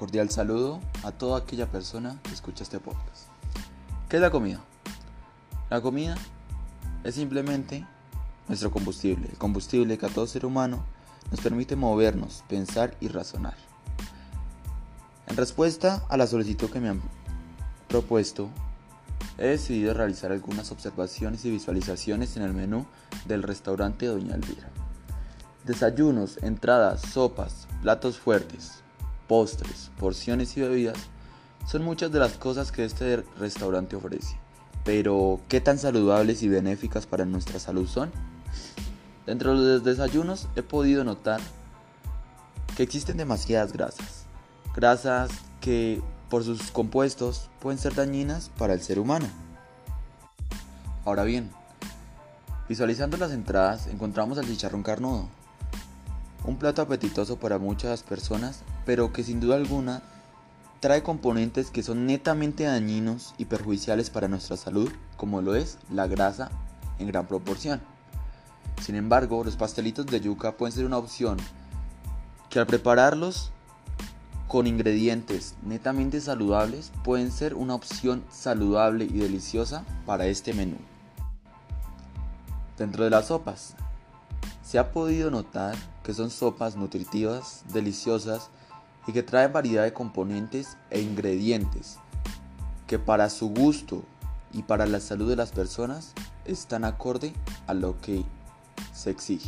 cordial saludo a toda aquella persona que escucha este podcast. ¿Qué es la comida? La comida es simplemente nuestro combustible, el combustible que a todo ser humano nos permite movernos, pensar y razonar. En respuesta a la solicitud que me han propuesto, he decidido realizar algunas observaciones y visualizaciones en el menú del restaurante Doña Elvira. Desayunos, entradas, sopas, platos fuertes, postres, porciones y bebidas son muchas de las cosas que este restaurante ofrece. Pero, ¿qué tan saludables y benéficas para nuestra salud son? Dentro de los desayunos he podido notar que existen demasiadas grasas que por sus compuestos pueden ser dañinas para el ser humano. Ahora bien, visualizando las entradas encontramos el chicharrón carnudo, un plato apetitoso para muchas personas, pero que sin duda alguna trae componentes que son netamente dañinos y perjudiciales para nuestra salud, como lo es la grasa en gran proporción. Sin embargo, los pastelitos de yuca pueden ser una opción que al prepararlos con ingredientes netamente saludables pueden ser una opción saludable y deliciosa para este menú. Dentro de las sopas, se ha podido notar que son sopas nutritivas, deliciosas y que traen variedad de componentes e ingredientes que para su gusto y para la salud de las personas están acorde a lo que se exige.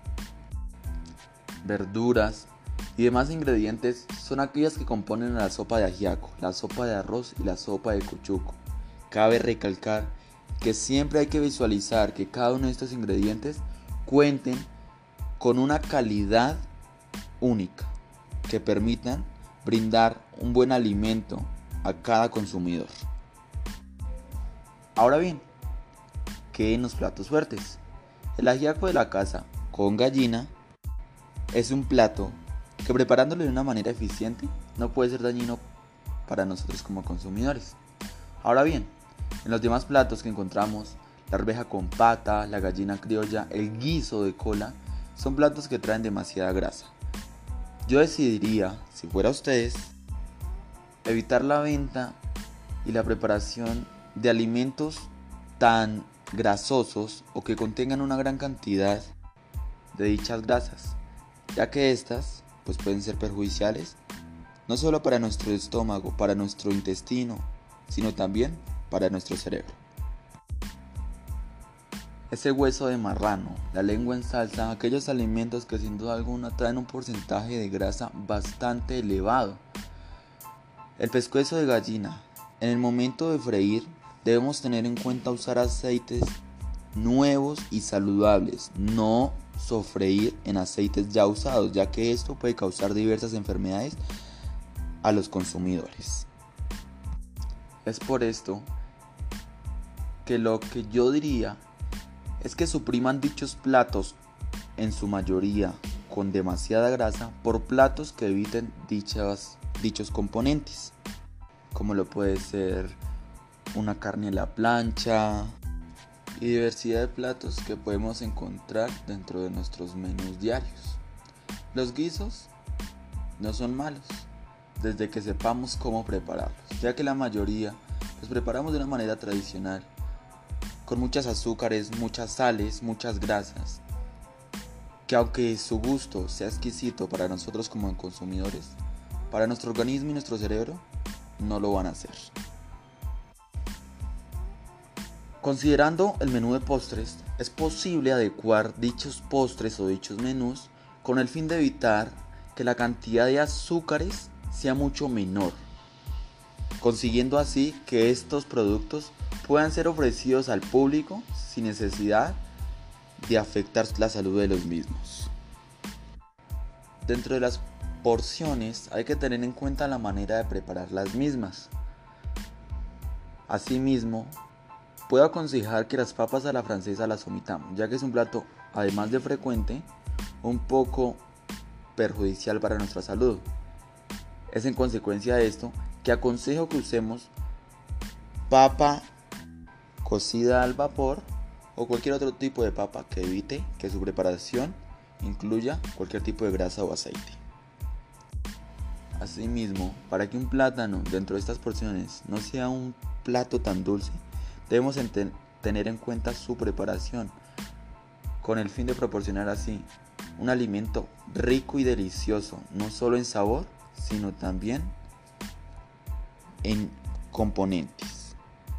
Verduras y demás ingredientes son aquellas que componen la sopa de ajiaco, la sopa de arroz y la sopa de cuchuco. Cabe recalcar que siempre hay que visualizar que cada uno de estos ingredientes cuenten con una calidad única que permitan brindar un buen alimento a cada consumidor. Ahora bien, ¿qué en los platos fuertes? El ajiaco de la casa con gallina es un plato que preparándolo de una manera eficiente no puede ser dañino para nosotros como consumidores. Ahora bien, en los demás platos que encontramos, la arveja con pata, la gallina criolla, el guiso de cola, son platos que traen demasiada grasa. Yo decidiría, si fuera ustedes, evitar la venta y la preparación de alimentos tan grasosos o que contengan una gran cantidad de dichas grasas, ya que estas pueden ser perjudiciales no solo para nuestro estómago, para nuestro intestino, sino también para nuestro cerebro. Ese hueso de marrano, la lengua en salsa, aquellos alimentos que sin duda alguna traen un porcentaje de grasa bastante elevado. El pescuezo de gallina. En el momento de freír debemos tener en cuenta usar aceites nuevos y saludables, no sofreír en aceites ya usados, ya que esto puede causar diversas enfermedades a los consumidores. Es por esto que lo que yo diría es que supriman dichos platos, en su mayoría con demasiada grasa, por platos que eviten dichos componentes, como lo puede ser una carne a la plancha y diversidad de platos que podemos encontrar dentro de nuestros menús diarios. Los guisos no son malos, desde que sepamos cómo prepararlos, ya que la mayoría los preparamos de una manera tradicional, con muchas azúcares, muchas sales, muchas grasas, que aunque su gusto sea exquisito para nosotros como consumidores, para nuestro organismo y nuestro cerebro no lo van a hacer. Considerando el menú de postres, es posible adecuar dichos postres o dichos menús con el fin de evitar que la cantidad de azúcares sea mucho menor, consiguiendo así que estos productos puedan ser ofrecidos al público sin necesidad de afectar la salud de los mismos. Dentro de las porciones hay que tener en cuenta la manera de preparar las mismas. Asimismo, puedo aconsejar que las papas a la francesa las omitamos, ya que es un plato, además de frecuente, un poco perjudicial para nuestra salud. Es en consecuencia de esto que aconsejo que usemos papa cocida al vapor o cualquier otro tipo de papa que evite que su preparación incluya cualquier tipo de grasa o aceite. Asimismo, para que un plátano dentro de estas porciones no sea un plato tan dulce, debemos tener en cuenta su preparación, con el fin de proporcionar así un alimento rico y delicioso, no solo en sabor, sino también en componentes.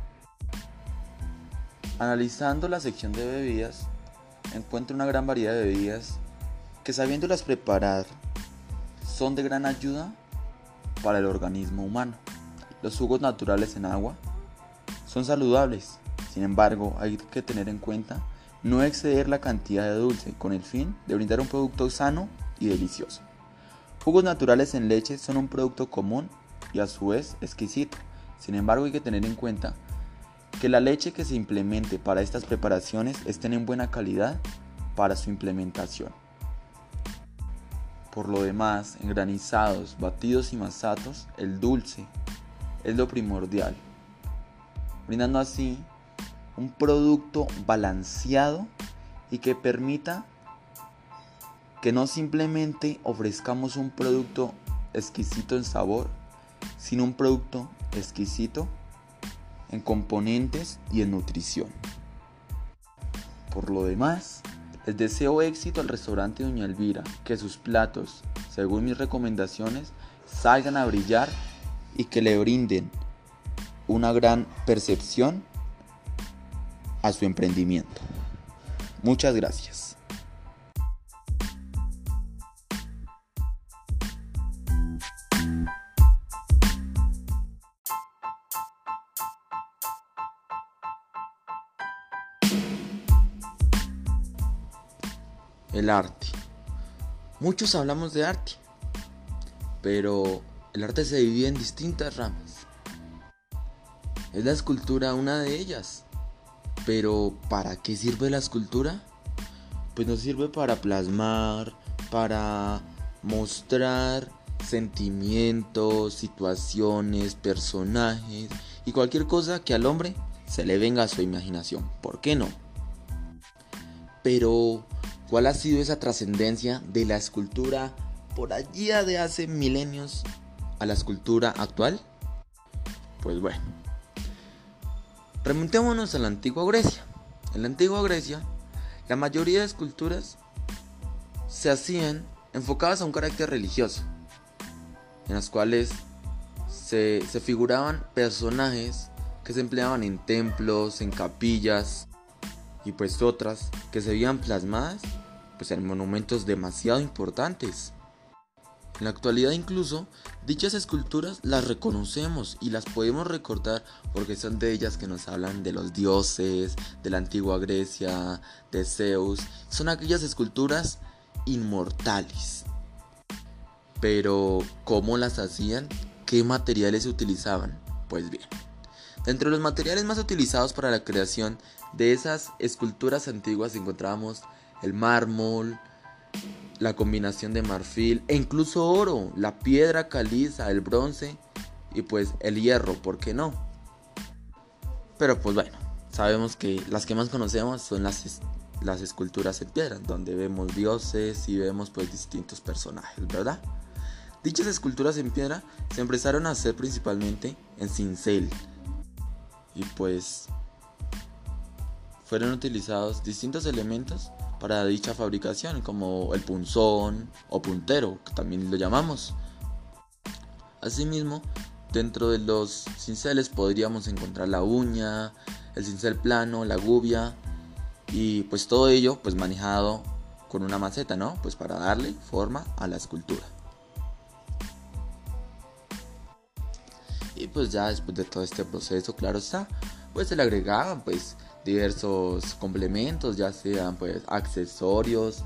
Analizando la sección de bebidas, encuentro una gran variedad de bebidas que, sabiéndolas preparar, son de gran ayuda para el organismo humano. Los jugos naturales en agua son saludables, sin embargo, hay que tener en cuenta no exceder la cantidad de dulce con el fin de brindar un producto sano y delicioso. Jugos naturales en leche son un producto común y a su vez exquisito. Sin embargo, hay que tener en cuenta que la leche que se implemente para estas preparaciones estén en buena calidad para su implementación. Por lo demás, en granizados, batidos y masatos, el dulce es lo primordial, brindando así un producto balanceado y que permita que no simplemente ofrezcamos un producto exquisito en sabor, sino un producto exquisito en componentes y en nutrición. Por lo demás, les deseo éxito al restaurante Doña Elvira, que sus platos, según mis recomendaciones, salgan a brillar y que le brinden una gran percepción a su emprendimiento. Muchas gracias. El arte. Muchos hablamos de arte, pero el arte se divide en distintas ramas. Es la escultura una de ellas. Pero ¿para qué sirve la escultura? Pues nos sirve para plasmar, para mostrar sentimientos, situaciones, personajes y cualquier cosa que al hombre se le venga a su imaginación. ¿Por qué no? Pero ¿cuál ha sido esa trascendencia de la escultura por allá de hace milenios a la escultura actual? Pues bueno, remontémonos a la antigua Grecia. En la antigua Grecia, la mayoría de esculturas se hacían enfocadas a un carácter religioso, en las cuales se figuraban personajes que se empleaban en templos, en capillas, y pues otras que se veían plasmadas pues en monumentos demasiado importantes. En la actualidad incluso dichas esculturas las reconocemos y las podemos recordar porque son de ellas que nos hablan de los dioses, de la antigua Grecia, de Zeus. Son aquellas esculturas inmortales. Pero ¿cómo las hacían? ¿Qué materiales se utilizaban? Pues bien, entre los materiales más utilizados para la creación de esas esculturas antiguas encontramos el mármol, la combinación de marfil e incluso oro, la piedra caliza, el bronce y pues el hierro, ¿por qué no? Pero pues bueno, sabemos que las que más conocemos son las esculturas en piedra, donde vemos dioses y vemos pues distintos personajes, ¿verdad? Dichas esculturas en piedra se empezaron a hacer principalmente en cincel y pues fueron utilizados distintos elementos para dicha fabricación, como el punzón o puntero, que también lo llamamos. Asimismo, dentro de los cinceles podríamos encontrar la uña, el cincel plano, la gubia y pues todo ello pues manejado con una maceta, ¿no? Pues para darle forma a la escultura. Y pues ya después de todo este proceso, claro está, pues se le agregaban pues diversos complementos, ya sean pues accesorios,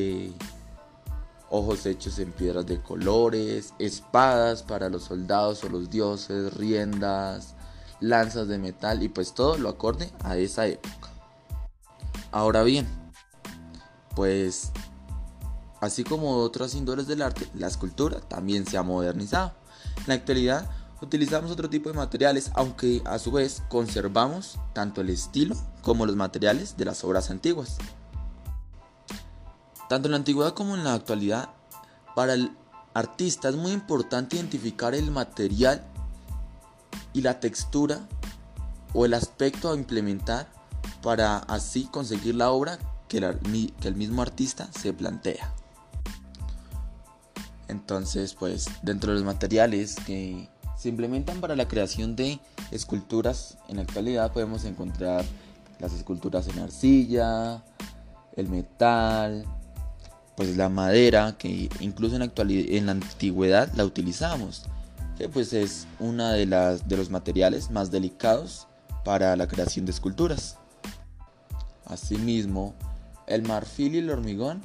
ojos hechos en piedras de colores, espadas para los soldados o los dioses, riendas, lanzas de metal y pues todo lo acorde a esa época. Ahora bien, pues así como otras índoles del arte, la escultura también se ha modernizado. En la actualidad utilizamos otro tipo de materiales, aunque a su vez conservamos tanto el estilo como los materiales de las obras antiguas. Tanto en la antigüedad como en la actualidad, para el artista es muy importante identificar el material y la textura o el aspecto a implementar para así conseguir la obra que el mismo artista se plantea. Entonces, pues dentro de los materiales que se implementan para la creación de esculturas en la actualidad podemos encontrar las esculturas en arcilla, el metal, pues la madera, que incluso en la antigüedad la utilizamos, que pues es una de los materiales más delicados para la creación de esculturas. Asimismo, el marfil y el hormigón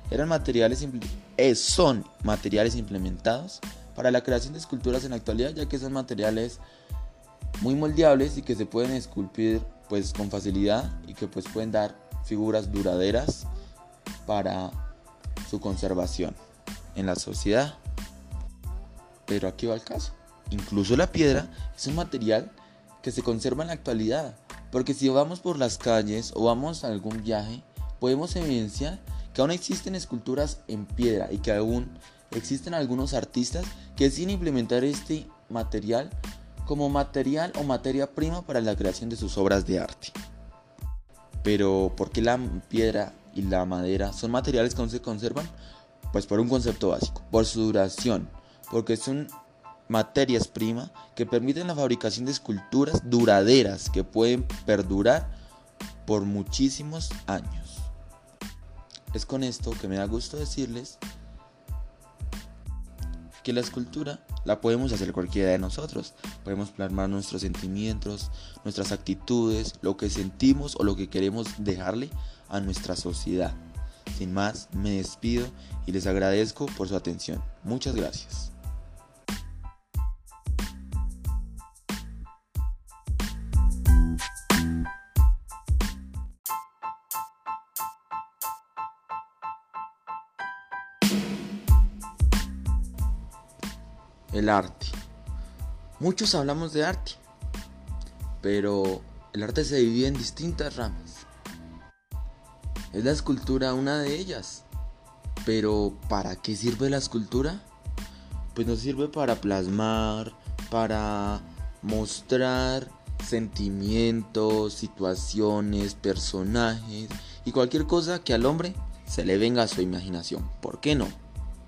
son materiales implementados para la creación de esculturas en la actualidad, ya que son materiales muy moldeables y que se pueden esculpir pues con facilidad y que pues pueden dar figuras duraderas para su conservación en la sociedad. Pero aquí va el caso. Incluso la piedra es un material que se conserva en la actualidad, porque si vamos por las calles o vamos a algún viaje, podemos evidenciar que aún existen esculturas en piedra y que aún existen algunos artistas que deciden implementar este material como material o materia prima para la creación de sus obras de arte. Pero ¿por qué la piedra y la madera son materiales que aún se conservan? Pues por un concepto básico, por su duración, porque son materias primas que permiten la fabricación de esculturas duraderas que pueden perdurar por muchísimos años. Es con esto que me da gusto decirles que la escultura la podemos hacer cualquiera de nosotros. Podemos plasmar nuestros sentimientos, nuestras actitudes, lo que sentimos o lo que queremos dejarle a nuestra sociedad. Sin más, me despido y les agradezco por su atención. Muchas gracias. El arte. Muchos hablamos de arte, pero el arte se divide en distintas ramas. Es la escultura una de ellas. Pero ¿para qué sirve la escultura? Pues nos sirve para plasmar, para mostrar sentimientos, situaciones, personajes y cualquier cosa que al hombre se le venga a su imaginación. ¿Por qué no?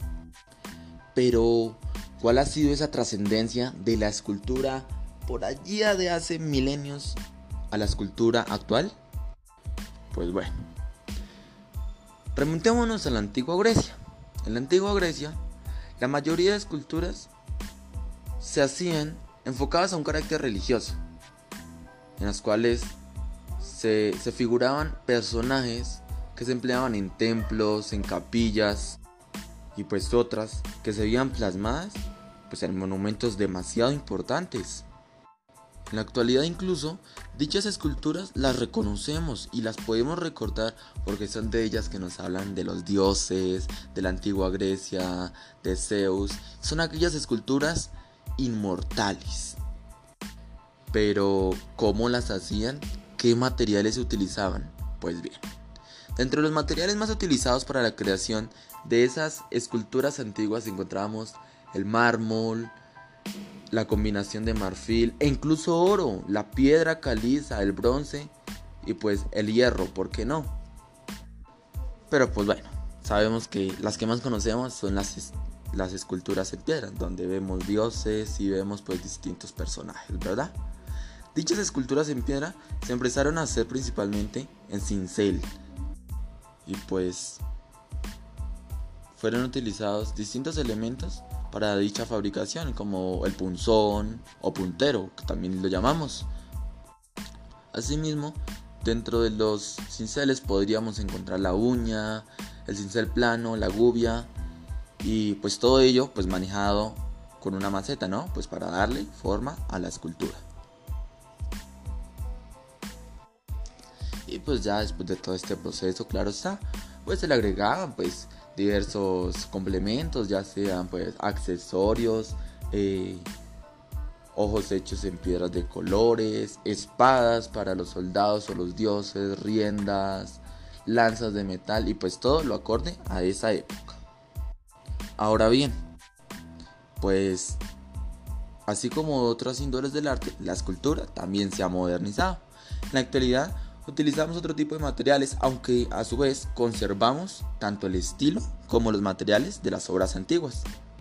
Pero ¿cuál ha sido esa trascendencia de la escultura por allá de hace milenios a la escultura actual? Pues bueno, remontémonos a la antigua Grecia. En la antigua Grecia, la mayoría de esculturas se hacían enfocadas a un carácter religioso, en las cuales se figuraban personajes que se empleaban en templos, en capillas, y pues otras que se veían plasmadas pues en monumentos demasiado importantes. En la actualidad incluso dichas esculturas las reconocemos y las podemos recordar porque son de ellas que nos hablan de los dioses, de la antigua Grecia, de Zeus. Son aquellas esculturas inmortales. Pero ¿cómo las hacían? ¿Qué materiales se utilizaban? Pues bien, entre los materiales más utilizados para la creación de esas esculturas antiguas encontrábamos el mármol, la combinación de marfil e incluso oro, la piedra caliza, el bronce y pues el hierro, ¿por qué no? Pero pues bueno, sabemos que las que más conocemos son las esculturas en piedra, donde vemos dioses y vemos pues distintos personajes, ¿verdad? Dichas esculturas en piedra se empezaron a hacer principalmente en cincel y pues fueron utilizados distintos elementos para dicha fabricación, como el punzón o puntero, que también lo llamamos. Asimismo, dentro de los cinceles podríamos encontrar la uña, el cincel plano, la gubia y pues todo ello pues manejado con una maceta, ¿no? Pues para darle forma a la escultura. Y pues ya después de todo este proceso, claro está, pues se le agregaban pues diversos complementos, ya sean pues accesorios, ojos hechos en piedras de colores, espadas para los soldados o los dioses, riendas, lanzas de metal y pues todo lo acorde a esa época. Ahora bien, pues así como otros índoles del arte, la escultura también se ha modernizado. En la actualidad utilizamos otro tipo de materiales, aunque a su vez conservamos tanto el estilo como los materiales de las obras antiguas.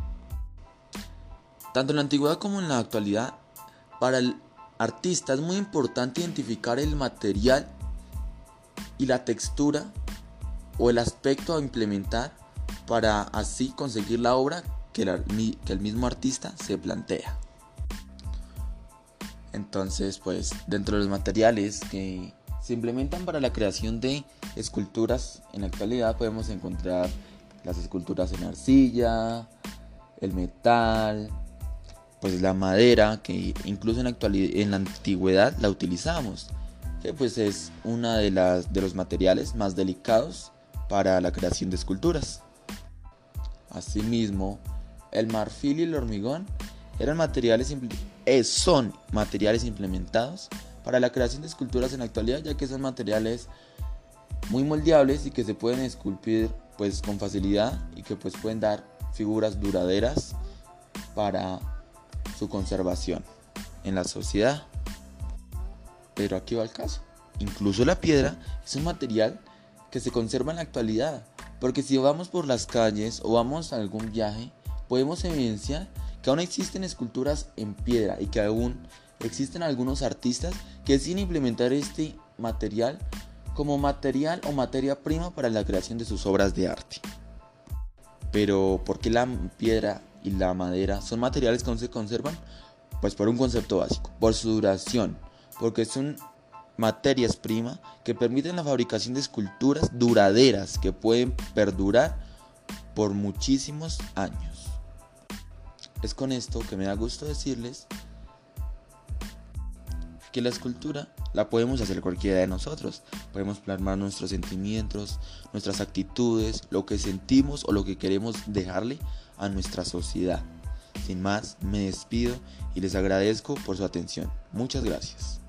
Tanto en la antigüedad como en la actualidad, para el artista es muy importante identificar el material y la textura o el aspecto a implementar para así conseguir la obra que el mismo artista se plantea. Entonces, pues dentro de los materiales que se implementan para la creación de esculturas en la actualidad podemos encontrar las esculturas en arcilla, el metal, pues la madera, que incluso en la antigüedad la utilizamos, que pues es una de los materiales más delicados para la creación de esculturas. Asimismo, el marfil y el hormigón son materiales implementados para la creación de esculturas en la actualidad, ya que son materiales muy moldeables y que se pueden esculpir pues con facilidad y que pues pueden dar figuras duraderas para su conservación en la sociedad. Pero aquí va el caso. Incluso la piedra es un material que se conserva en la actualidad, porque si vamos por las calles o vamos a algún viaje, podemos evidenciar que aún existen esculturas en piedra y que aún existen algunos artistas que deciden implementar este material como material o materia prima para la creación de sus obras de arte. Pero ¿por qué la piedra y la madera son materiales que aún se conservan? Pues por un concepto básico, por su duración, porque son materias primas que permiten la fabricación de esculturas duraderas que pueden perdurar por muchísimos años. Es con esto que me da gusto decirles que la escultura la podemos hacer cualquiera de nosotros. Podemos plasmar nuestros sentimientos, nuestras actitudes, lo que sentimos o lo que queremos dejarle a nuestra sociedad. Sin más, me despido y les agradezco por su atención. Muchas gracias.